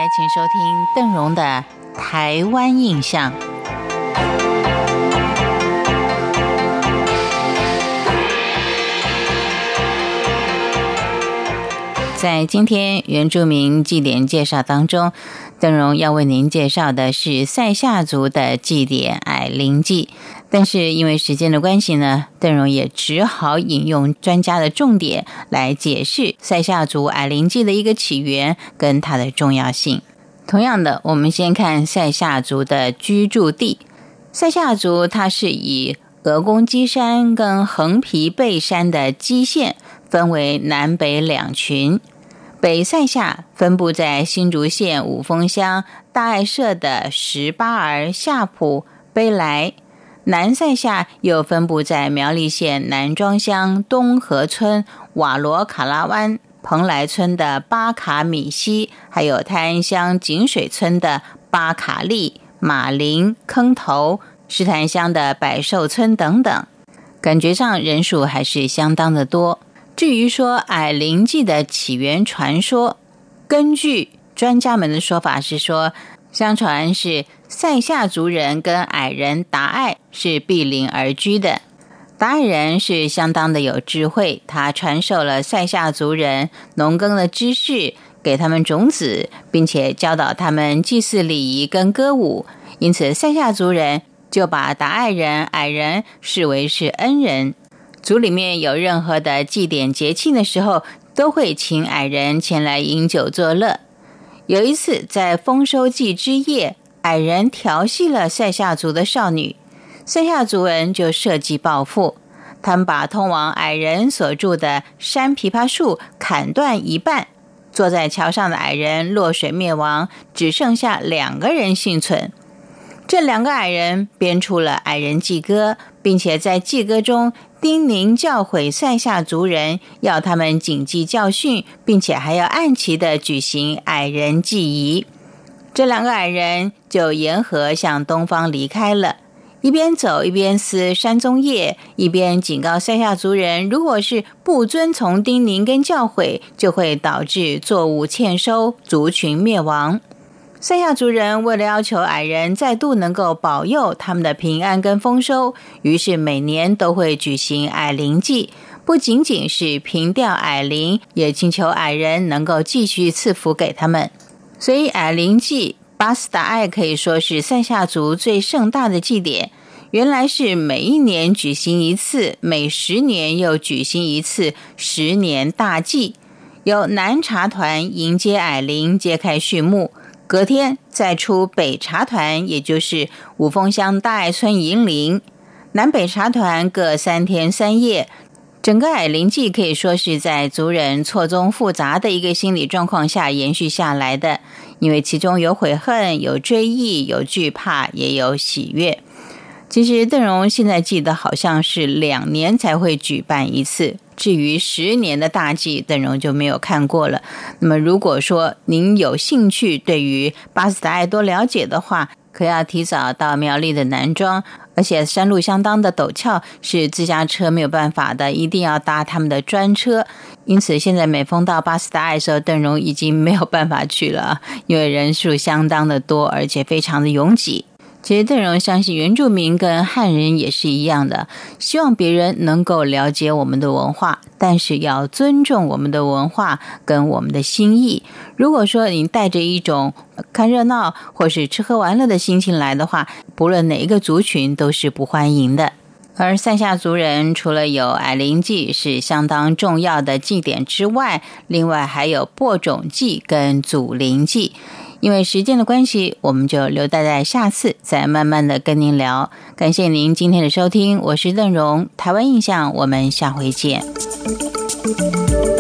请收听邓荣的台湾印象。在今天原住民祭典介绍当中，邓荣要为您介绍的是赛夏族的祭典矮灵祭。但是因为时间的关系呢，邓荣也只好引用专家的重点来解释赛夏族矮灵祭的一个起源跟它的重要性。同样的，我们先看赛夏族的居住地。赛夏族它是以鹅公基山跟横皮背山的基线分为南北两群。北赛夏分布在新竹县五峰乡大爱社的18儿、夏埔、卑来，南赛夏又分布在苗栗县南庄乡东河村瓦罗卡拉湾、蓬莱村的巴卡米西，还有泰安乡井水村的巴卡利、马林、坑头、石潭乡的百寿村等等，感觉上人数还是相当的多。至于说矮灵祭的起源传说，根据专家们的说法是说，相传是赛夏族人跟矮人达爱是毗邻而居的。达爱人是相当的有智慧，他传授了赛夏族人农耕的知识，给他们种子，并且教导他们祭祀礼仪跟歌舞，因此赛夏族人就把达爱人、矮人视为是恩人。族里面有任何的祭典节庆的时候，都会请矮人前来饮酒作乐。有一次在丰收季之夜，矮人调戏了赛夏族的少女，赛夏族人就设计报复，他们把通往矮人所住的山枇杷树砍断一半，坐在桥上的矮人落水灭亡，只剩下2个人幸存。这2个矮人编出了矮人祭歌，并且在祭歌中叮咛教诲赛夏族人，要他们谨记教训，并且还要按期的举行矮人祭仪。这2个矮人就沿河向东方离开了，一边走一边撕山棕叶，一边警告赛夏族人，如果是不遵从叮咛跟教诲，就会导致作物欠收，族群灭亡。赛夏族人为了要求矮人再度能够保佑他们的平安跟丰收，于是每年都会举行矮灵祭，不仅仅是凭吊矮灵，也请求矮人能够继续赐福给他们。所以矮灵祭巴斯达爱可以说是赛夏族最盛大的祭典，原来是每一年举行一次，每10年又举行一次10年大祭，由南茶团迎接矮灵，揭开序幕。隔天再出北茶团，也就是五峰乡大爱村迎灵，南北茶团各3天3夜。整个矮灵祭可以说是在族人错综复杂的一个心理状况下延续下来的，因为其中有悔恨，有追忆，有惧怕，也有喜悦。其实邓荣现在记得好像是2年才会举办一次，至于10年的大祭，邓荣就没有看过了。那么如果说您有兴趣对于巴斯达爱多了解的话，可要提早到苗栗的南庄，而且山路相当的陡峭，是自家车没有办法的，一定要搭他们的专车。因此现在每逢到巴斯达爱的时候，邓荣已经没有办法去了，因为人数相当的多，而且非常的拥挤。其实邓荣相信原住民跟汉人也是一样的，希望别人能够了解我们的文化，但是要尊重我们的文化跟我们的心意。如果说你带着一种看热闹或是吃喝玩乐的心情来的话，不论哪一个族群都是不欢迎的。而赛夏族人除了有矮灵祭是相当重要的祭典之外，另外还有播种祭跟祖灵祭。因为时间的关系，我们就留待在下次再慢慢的跟您聊。感谢您今天的收听，我是邓荣，台湾印象，我们下回见。